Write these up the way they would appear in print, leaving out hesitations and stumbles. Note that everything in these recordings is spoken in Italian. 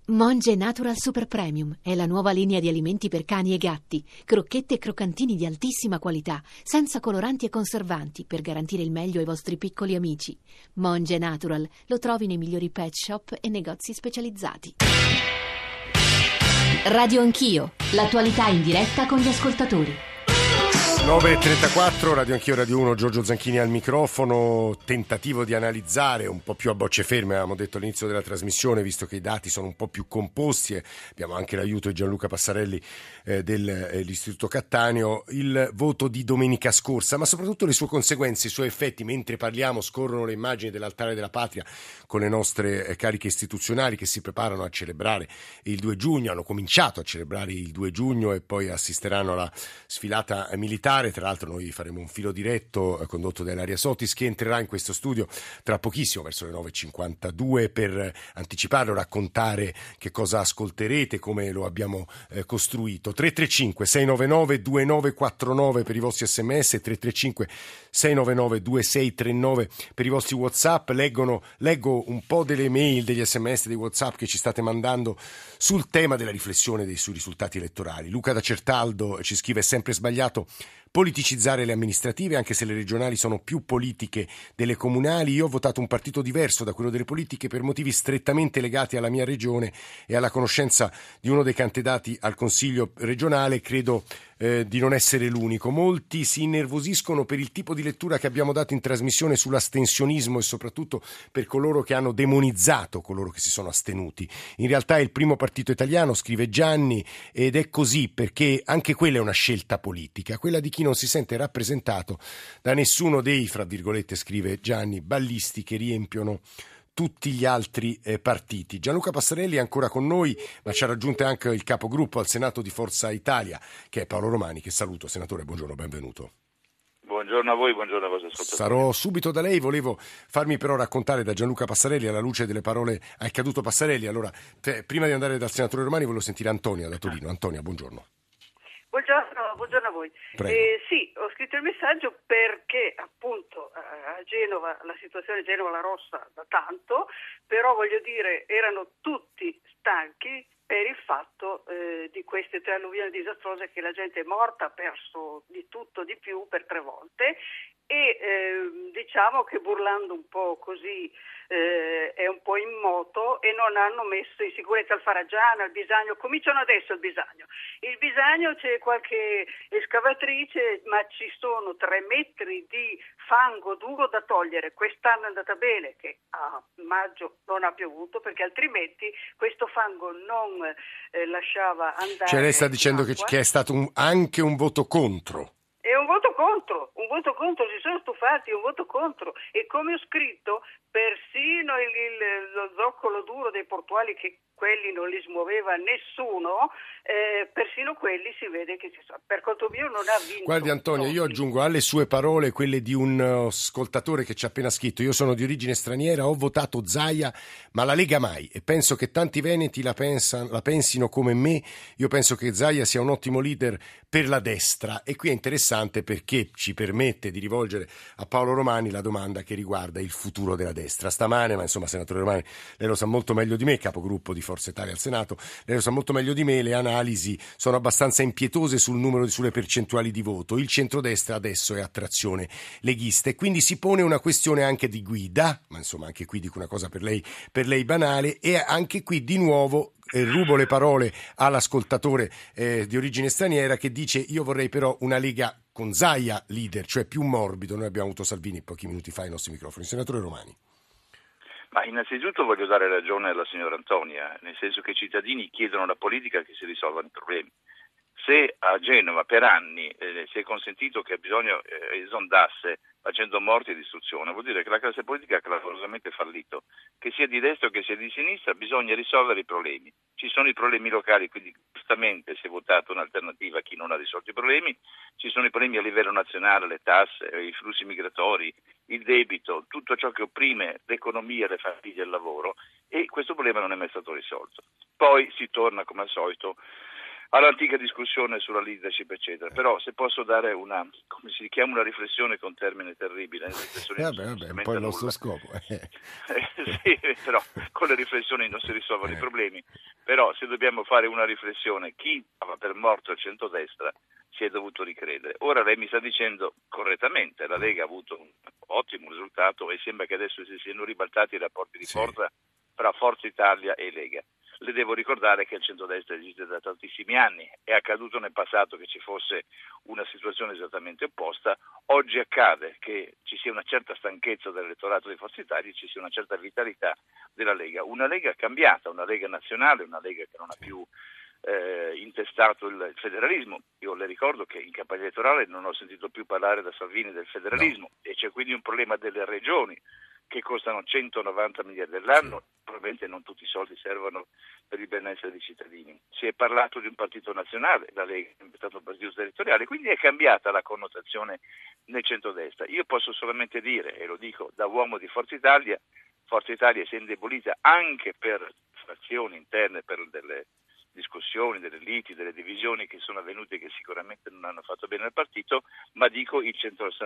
Monge Natural Super Premium è la nuova linea di alimenti per cani e gatti, crocchette e croccantini di altissima qualità, senza coloranti e conservanti, per garantire il meglio ai vostri piccoli amici. Monge Natural lo trovi nei migliori pet shop e negozi specializzati. Radio Anch'io, l'attualità in diretta con gli ascoltatori. 9.34, Radio Anch'io, Radio 1, Giorgio Zanchini al microfono. Tentativo di analizzare un po' più a bocce ferme, avevamo detto all'inizio della trasmissione, visto che i dati sono un po' più composti e abbiamo anche l'aiuto di Gianluca Passarelli dell'Istituto Cattaneo, il voto di domenica scorsa, ma soprattutto le sue conseguenze, i suoi effetti. Mentre parliamo scorrono le immagini dell'Altare della Patria con le nostre cariche istituzionali che si preparano a celebrare il 2 giugno, hanno cominciato a celebrare il 2 giugno e poi assisteranno alla sfilata militare. Tra l'altro noi faremo un filo diretto condotto da Ilaria Sotis, che entrerà in questo studio tra pochissimo, verso le 9.52, per anticiparlo, raccontare che cosa ascolterete, come lo abbiamo costruito. 335-699-2949 per i vostri sms, 335-699-2639 per i vostri WhatsApp. Leggo un po' delle mail, degli sms, dei WhatsApp che ci state mandando sul tema della riflessione sui risultati elettorali. Luca da Certaldo ci scrive: è sempre sbagliato politicizzare le amministrative, anche se le regionali sono più politiche delle comunali. Io ho votato un partito diverso da quello delle politiche per motivi strettamente legati alla mia regione e alla conoscenza di uno dei candidati al Consiglio regionale. Credo di non essere l'unico. Molti si innervosiscono per il tipo di lettura che abbiamo dato in trasmissione sull'astensionismo e soprattutto per coloro che hanno demonizzato coloro che si sono astenuti. In realtà è il primo partito italiano, scrive Gianni, ed è così perché anche quella è una scelta politica, quella di chi non si sente rappresentato da nessuno dei, fra virgolette, scrive Gianni, ballisti che riempiono tutti gli altri partiti. Gianluca Passarelli è ancora con noi, ma ci ha raggiunto anche il capogruppo al Senato di Forza Italia, che è Paolo Romani, che saluto. Senatore, buongiorno, benvenuto. Buongiorno a voi, buongiorno a voi ascoltatori. Sarò subito da lei, volevo farmi però raccontare da Gianluca Passarelli, alla luce delle parole al caduto Passarelli. Allora, prima di andare dal senatore Romani, volevo sentire Antonia da Torino. Antonia, buongiorno. Buongiorno a voi. Sì, ho scritto il messaggio perché appunto a Genova, la situazione Genova la rossa da tanto, però voglio dire erano tutti stanchi per il fatto di queste 3 alluvioni disastrose, che la gente è morta, ha perso di tutto, di più per 3 volte e diciamo che burlando un po' così è un po' in moto e non hanno messo in sicurezza il Faraggiano, il Bisagno. Cominciano adesso il Bisagno c'è qualche escavatrice, ma ci sono 3 metri di fango duro da togliere. Quest'anno è andata bene che a maggio non ha piovuto, perché altrimenti questo fango non lasciava andare. Cioè lei sta dicendo che è stato anche un voto contro? È un voto contro, si sono stufati, è un voto contro. E come ho scritto, persino lo zoccolo duro dei portuali, che quelli non li smuoveva nessuno, persino quelli si vede che per conto mio non ha vinto. Guardi Antonio, io aggiungo alle sue parole quelle di un ascoltatore che ci ha appena scritto: io sono di origine straniera, ho votato Zaia, ma la Lega mai, e penso che tanti veneti la pensino come me. Io penso che Zaia sia un ottimo leader per la destra. E qui è interessante perché ci permette di rivolgere a Paolo Romani la domanda che riguarda il futuro della destra. Stamane, ma insomma, senatore Romani, lei lo sa molto meglio di me, capogruppo di Forza Italia al Senato, lei lo sa molto meglio di me, le analisi sono abbastanza impietose sulle percentuali di voto. Il centrodestra adesso è a trazione leghista e quindi si pone una questione anche di guida, ma insomma anche qui dico una cosa per lei banale, e anche qui di nuovo rubo le parole all'ascoltatore di origine straniera che dice: io vorrei però una Lega con Zaia leader, cioè più morbido. Noi abbiamo avuto Salvini pochi minuti fa ai nostri microfoni. Senatore Romani. Ma innanzitutto voglio dare ragione alla signora Antonia, nel senso che i cittadini chiedono alla politica che si risolvano i problemi. Se a Genova per anni si è consentito che bisogno esondasse facendo morti e distruzione, vuol dire che la classe politica ha clamorosamente fallito. Che sia di destra o che sia di sinistra, bisogna risolvere i problemi. Ci sono i problemi locali, quindi giustamente si è votata un'alternativa a chi non ha risolto i problemi. Ci sono i problemi a livello nazionale, le tasse, i flussi migratori, il debito, tutto ciò che opprime l'economia, le famiglie e il lavoro, e questo problema non è mai stato risolto. Poi si torna come al solito all'antica discussione sulla leadership, eccetera. Però se posso dare una riflessione con termine terribile. Vabbè, un po' il nostro scopo. Sì, però con le riflessioni non si risolvono i problemi. Però se dobbiamo fare una riflessione, chi dava per morto il centrodestra si è dovuto ricredere. Ora lei mi sta dicendo correttamente, la Lega ha avuto un ottimo risultato e sembra che adesso si siano ribaltati i rapporti di forza tra Forza Italia e Lega. Le devo ricordare che il centrodestra esiste da tantissimi anni, è accaduto nel passato che ci fosse una situazione esattamente opposta, oggi accade che ci sia una certa stanchezza dell'elettorato di Forza Italia e ci sia una certa vitalità della Lega, una Lega cambiata, una Lega nazionale, una Lega che non ha più intestato il federalismo. Io le ricordo che in campagna elettorale non ho sentito più parlare da Salvini del federalismo e c'è quindi un problema delle regioni che costano 190 miliardi all'anno, probabilmente non tutti i soldi servono per il benessere dei cittadini. Si è parlato di un partito nazionale, la Lega è stato un partito territoriale, quindi è cambiata la connotazione nel centrodestra. Io posso solamente dire, e lo dico da uomo di Forza Italia si è indebolita anche per frazioni interne, per delle discussioni, delle liti, delle divisioni che sono avvenute che sicuramente non hanno fatto bene al partito, ma dico il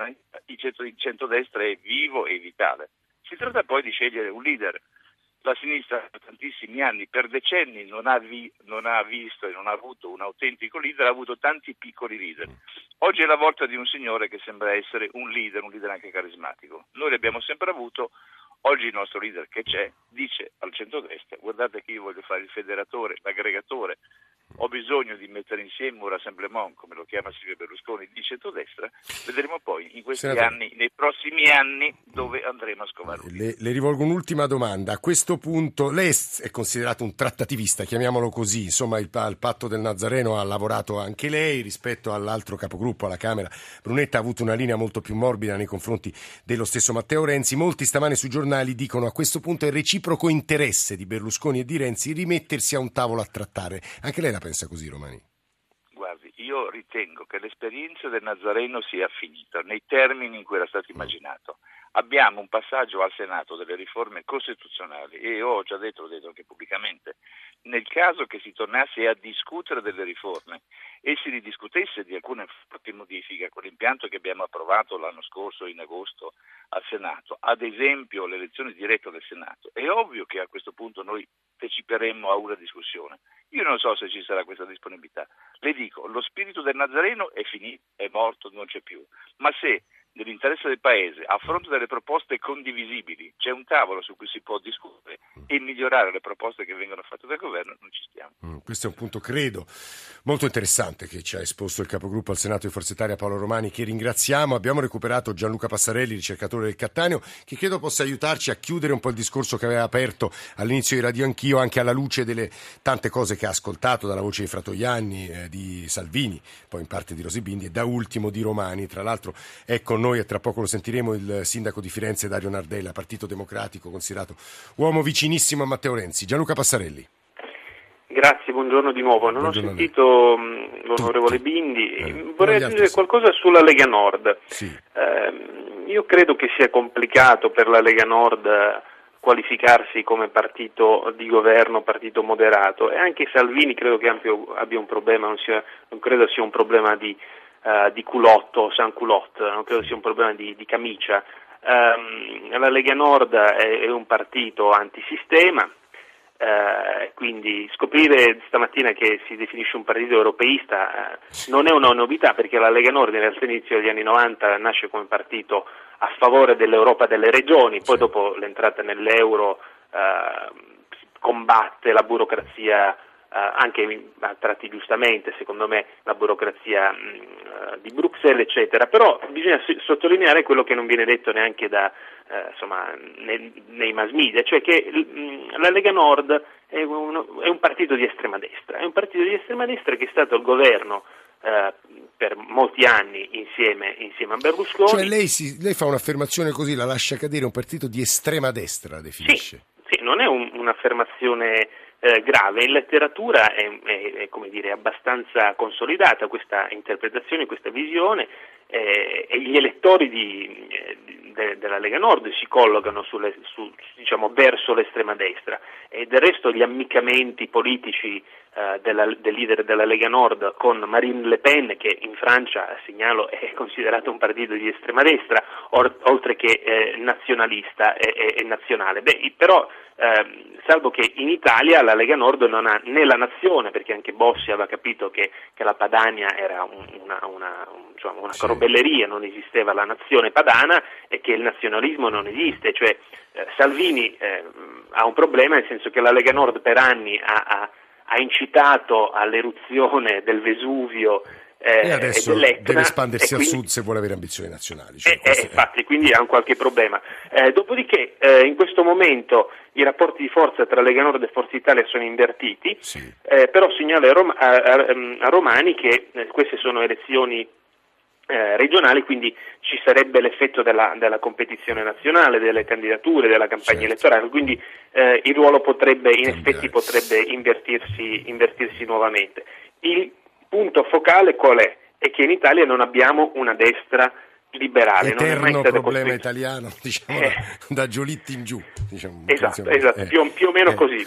centrodestra è vivo e vitale. Si tratta poi di scegliere un leader. La sinistra per tantissimi anni, per decenni, non ha visto e non ha avuto un autentico leader, ha avuto tanti piccoli leader. Oggi è la volta di un signore che sembra essere un leader anche carismatico. Noi l'abbiamo sempre avuto. Oggi il nostro leader che c'è dice al centrodestra: guardate che io voglio fare il federatore, l'aggregatore, ho bisogno di mettere insieme un rassemblement, come lo chiama Silvio Berlusconi, di centrodestra. Vedremo poi in questi anni, nei prossimi anni, dove andremo a scovare. Le rivolgo un'ultima domanda. A questo punto lei è considerato un trattativista, chiamiamolo così, insomma al patto del Nazareno ha lavorato anche lei rispetto all'altro capogruppo alla Camera. Brunetta ha avuto una linea molto più morbida nei confronti dello stesso Matteo Renzi. Molti stamane sui giornali dicono a questo punto è reciproco interesse di Berlusconi e di Renzi rimettersi a un tavolo a trattare. Anche lei la pensa così, Romani? Guardi, io ritengo che l'esperienza del Nazareno sia finita nei termini in cui era stato immaginato. Abbiamo un passaggio al Senato delle riforme costituzionali e ho già detto, l'ho detto anche pubblicamente, nel caso che si tornasse a discutere delle riforme e si ridiscutesse di alcune forti modifiche a quell'impianto che abbiamo approvato l'anno scorso in agosto al Senato, ad esempio l'elezione diretta del Senato, è ovvio che a questo punto noi parteciperemmo a una discussione. Io non so se ci sarà questa disponibilità. Le dico, lo spirito del Nazareno è finito, è morto, non c'è più, ma se nell'interesse del Paese, a fronte delle proposte condivisibili, c'è un tavolo su cui si può discutere e migliorare le proposte che vengono fatte dal governo, non ci stiamo. Questo è un punto, credo, molto interessante che ci ha esposto il capogruppo al Senato di Forza Italia, Paolo Romani, che ringraziamo. Abbiamo recuperato Gianluca Passarelli, ricercatore del Cattaneo, che credo possa aiutarci a chiudere un po' il discorso che aveva aperto all'inizio di Radio Anch'io, anche alla luce delle tante cose che ha ascoltato, dalla voce di Fratoianni, di Salvini, poi in parte di Rosy Bindi e da ultimo di Romani. Tra l'altro è con noi, e tra poco lo sentiremo, il sindaco di Firenze Dario Nardella, Partito Democratico, considerato uomo vicinissimo a Matteo Renzi. Gianluca Passarelli. Grazie, buongiorno di nuovo. Non ho sentito l'onorevole Bindi. Vorrei aggiungere qualcosa sulla Lega Nord. Sì. Io credo che sia complicato per la Lega Nord qualificarsi come partito di governo, partito moderato, e anche Salvini credo che abbia un problema, non credo sia un problema di culotto o sans culotte, non credo sia un problema di camicia. La Lega Nord è un partito antisistema, quindi scoprire stamattina che si definisce un partito europeista non è una novità, perché la Lega Nord in realtà all'inizio degli anni 90 nasce come partito a favore dell'Europa delle regioni, poi dopo l'entrata nell'euro combatte la burocrazia, anche a tratti giustamente, secondo me, la burocrazia di Bruxelles, eccetera. Però bisogna sottolineare quello che non viene detto neanche nei mass media, cioè che la Lega Nord è un partito di estrema destra, che è stato al governo per molti anni insieme a Berlusconi. Cioè lei fa un'affermazione così, la lascia cadere, un partito di estrema destra, la definisce? Sì, non è un'affermazione un'affermazione grave. In letteratura è come dire, abbastanza consolidata questa interpretazione, questa visione, e gli elettori della Lega Nord si collocano diciamo, verso l'estrema destra, e del resto gli ammiccamenti politici del leader della Lega Nord con Marine Le Pen, che in Francia, segnalo, è considerato un partito di estrema destra, oltre che nazionalista e nazionale. Però salvo che in Italia la Lega Nord non ha né la nazione, perché anche Bossi aveva capito che la Padania era una corobelleria, non esisteva la nazione padana, e che il nazionalismo non esiste, cioè Salvini ha un problema, nel senso che la Lega Nord per anni ha incitato all'eruzione del Vesuvio e adesso deve espandersi a sud se vuole avere ambizioni nazionali. Infatti, quindi ha un qualche problema. Dopodiché, in questo momento i rapporti di forza tra Lega Nord e Forza Italia sono invertiti, sì. Però segnalo a Romani che queste sono elezioni regionali, quindi ci sarebbe l'effetto della competizione nazionale, delle candidature, della campagna elettorale, quindi il ruolo potrebbe invertirsi nuovamente. Il punto focale qual è? È che in Italia non abbiamo una destra liberale. Eterno non è mai problema italiano, diciamo, da Giolitti in giù. Diciamo, esatto, più o meno così.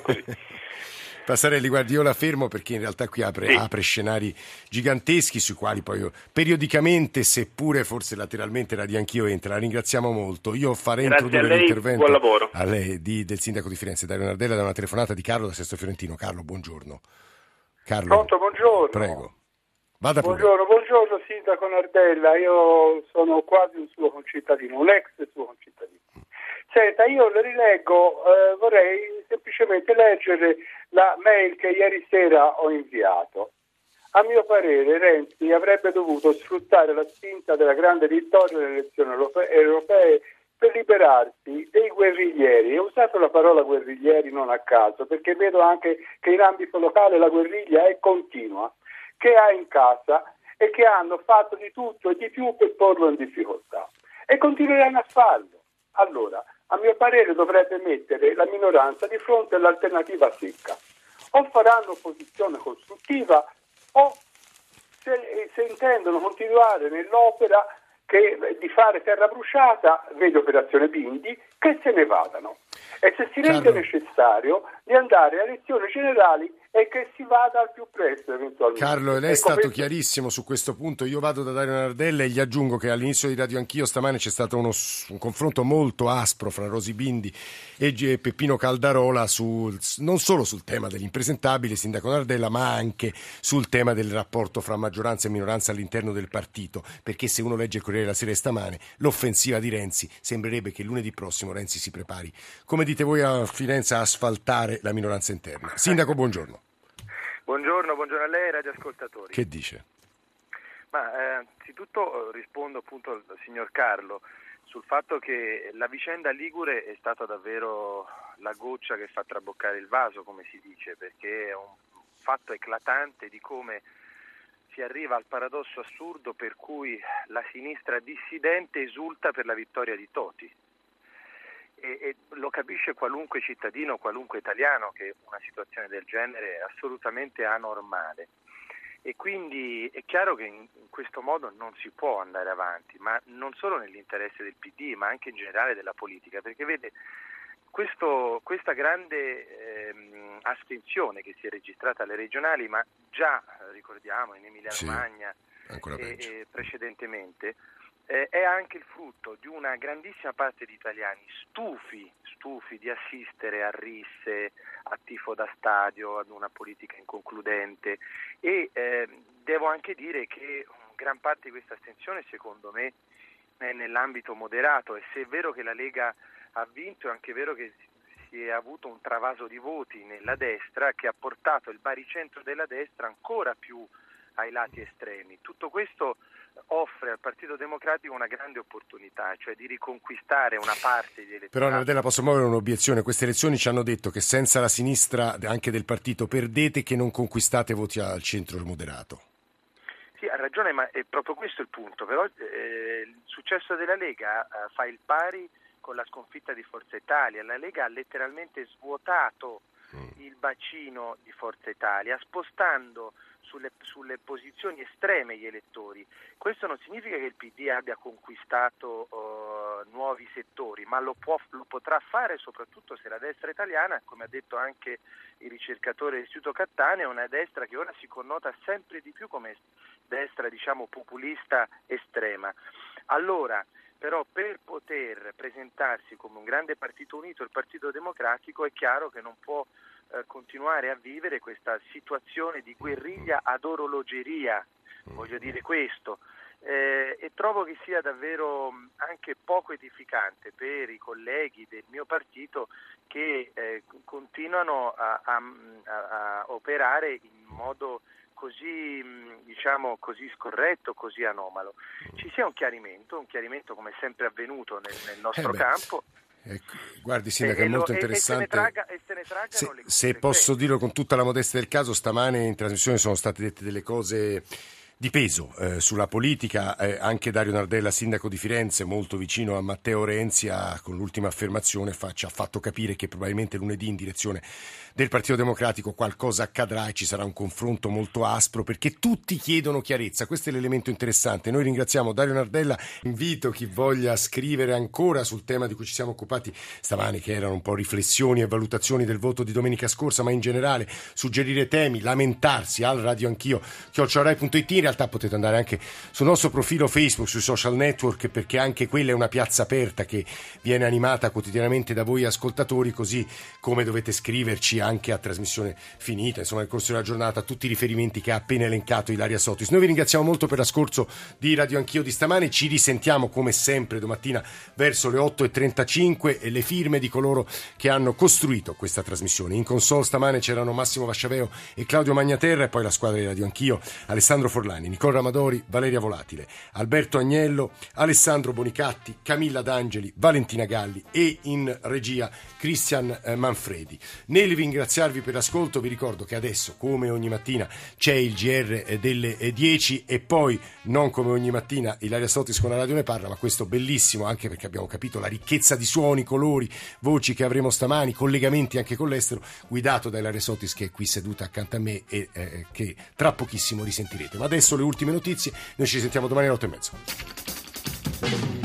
Passarelli, guardi, io la fermo perché in realtà qui apre scenari giganteschi sui quali poi io, periodicamente, seppure forse lateralmente Anch'io entra. La ringraziamo molto. Io farei introdurre l'intervento buon lavoro. a lei del sindaco di Firenze, Dario Nardella, da una telefonata di Carlo da Sesto Fiorentino. Carlo, buongiorno. Carlo, pronto, buongiorno. Prego. Vada pure. Buongiorno sindaco Nardella, io sono quasi un suo concittadino, un ex suo concittadino. Senta, io le rileggo, vorrei semplicemente leggere la mail che ieri sera ho inviato. A mio parere Renzi avrebbe dovuto sfruttare la spinta della grande vittoria delle elezioni europee per liberarsi dei guerriglieri. Ho usato la parola guerriglieri non a caso, perché vedo anche che in ambito locale la guerriglia è continua, che ha in casa e che hanno fatto di tutto e di più per porlo in difficoltà. E continueranno a farlo. Allora, a mio parere dovrebbe mettere la minoranza di fronte all'alternativa secca. O faranno opposizione costruttiva o se intendono continuare nell'opera di fare terra bruciata, vedi Operazione Bindi, che se ne vadano. E se si rende necessario di andare a elezioni generali e che si vada al più presto eventualmente. Carlo, lei è stato chiarissimo su questo punto. Io vado da Dario Nardella e gli aggiungo che all'inizio di Radio Anch'io stamane c'è stato un confronto molto aspro fra Rosy Bindi e Peppino Caldarola non solo sul tema dell'impresentabile sindaco Nardella, ma anche sul tema del rapporto fra maggioranza e minoranza all'interno del partito, perché se uno legge il Corriere della Sera stamane, l'offensiva di Renzi sembrerebbe che lunedì prossimo Renzi si prepari, come dite voi a Firenze, a asfaltare la minoranza interna. Sindaco, buongiorno. Buongiorno a lei e radioascoltatori. Che dice? Anzitutto rispondo appunto al signor Carlo sul fatto che la vicenda ligure è stata davvero la goccia che fa traboccare il vaso, come si dice, perché è un fatto eclatante di come si arriva al paradosso assurdo per cui la sinistra dissidente esulta per la vittoria di Toti. E lo capisce qualunque cittadino, qualunque italiano, che una situazione del genere è assolutamente anormale. E quindi è chiaro che in questo modo non si può andare avanti, ma non solo nell'interesse del PD, ma anche in generale della politica, perché vede questa grande astensione che si è registrata alle regionali, ma già ricordiamo in Emilia-Romagna e precedentemente, è anche il frutto di una grandissima parte di italiani stufi di assistere a risse, a tifo da stadio, ad una politica inconcludente, e devo anche dire che gran parte di questa astensione secondo me è nell'ambito moderato, e se è vero che la Lega ha vinto è anche vero che si è avuto un travaso di voti nella destra che ha portato il baricentro della destra ancora più ai lati estremi. Tutto questo offre al Partito Democratico una grande opportunità, cioè di riconquistare una parte di elettorato. Però Nardella, posso muovere un'obiezione? Queste elezioni ci hanno detto che senza la sinistra anche del partito perdete, che non conquistate voti al centro moderato. Sì, ha ragione, ma è proprio questo il punto. Però il successo della Lega fa il pari con la sconfitta di Forza Italia. La Lega ha letteralmente svuotato il bacino di Forza Italia, spostando sulle posizioni estreme gli elettori. Questo non significa che il PD abbia conquistato nuovi settori, ma lo potrà fare soprattutto se la destra italiana, come ha detto anche il ricercatore dell'Istituto Cattaneo, è una destra che ora si connota sempre di più come destra, diciamo, populista estrema. Allora, però, per poter presentarsi come un grande partito unito, il Partito Democratico, è chiaro che non può continuare a vivere questa situazione di guerriglia ad orologeria, voglio dire questo, e trovo che sia davvero anche poco edificante per i colleghi del mio partito che continuano a operare in modo così, diciamo, così scorretto, così anomalo. Ci sia un chiarimento come sempre avvenuto nel nostro campo. Guardi, Sindaco, è molto interessante. Se posso dirlo con tutta la modestia del caso, stamane in trasmissione sono state dette delle cose di peso sulla politica. Anche Dario Nardella, sindaco di Firenze, molto vicino a Matteo Renzi, con l'ultima affermazione ci ha fatto capire che probabilmente lunedì in direzione del Partito Democratico qualcosa accadrà e ci sarà un confronto molto aspro, perché tutti chiedono chiarezza. Questo è l'elemento interessante. Noi ringraziamo Dario Nardella. Invito chi voglia scrivere ancora sul tema di cui ci siamo occupati stamani, che erano un po' riflessioni e valutazioni del voto di domenica scorsa, ma in generale suggerire temi, lamentarsi al radioanchio @rai.it. In realtà potete andare anche sul nostro profilo Facebook, sui social network, perché anche quella è una piazza aperta che viene animata quotidianamente da voi ascoltatori, così come dovete scriverci anche a trasmissione finita, insomma nel corso della giornata, tutti i riferimenti che ha appena elencato Ilaria Sotis. Noi vi ringraziamo molto per l'ascolto di Radio Anch'io di stamane. Ci risentiamo come sempre domattina verso le 8:35 e le firme di coloro che hanno costruito questa trasmissione. In console stamane c'erano Massimo Vasciaveo e Claudio Magnaterra, e poi la squadra di Radio Anch'io: Alessandro Forlani, Nicola Ramadori, Valeria Volatile, Alberto Agnello, Alessandro Bonicatti, Camilla D'Angeli, Valentina Galli e in regia Cristian Manfredi. Nel ringraziarvi per l'ascolto vi ricordo che adesso, come ogni mattina, c'è il GR delle 10 e poi, non come ogni mattina, Ilaria Sotis con la radio ne parla, ma questo bellissimo anche perché abbiamo capito la ricchezza di suoni, colori, voci che avremo stamani, collegamenti anche con l'estero, guidato da Ilaria Sotis, che è qui seduta accanto a me e che tra pochissimo risentirete. Ma adesso le ultime notizie, noi ci sentiamo domani alle 8:30.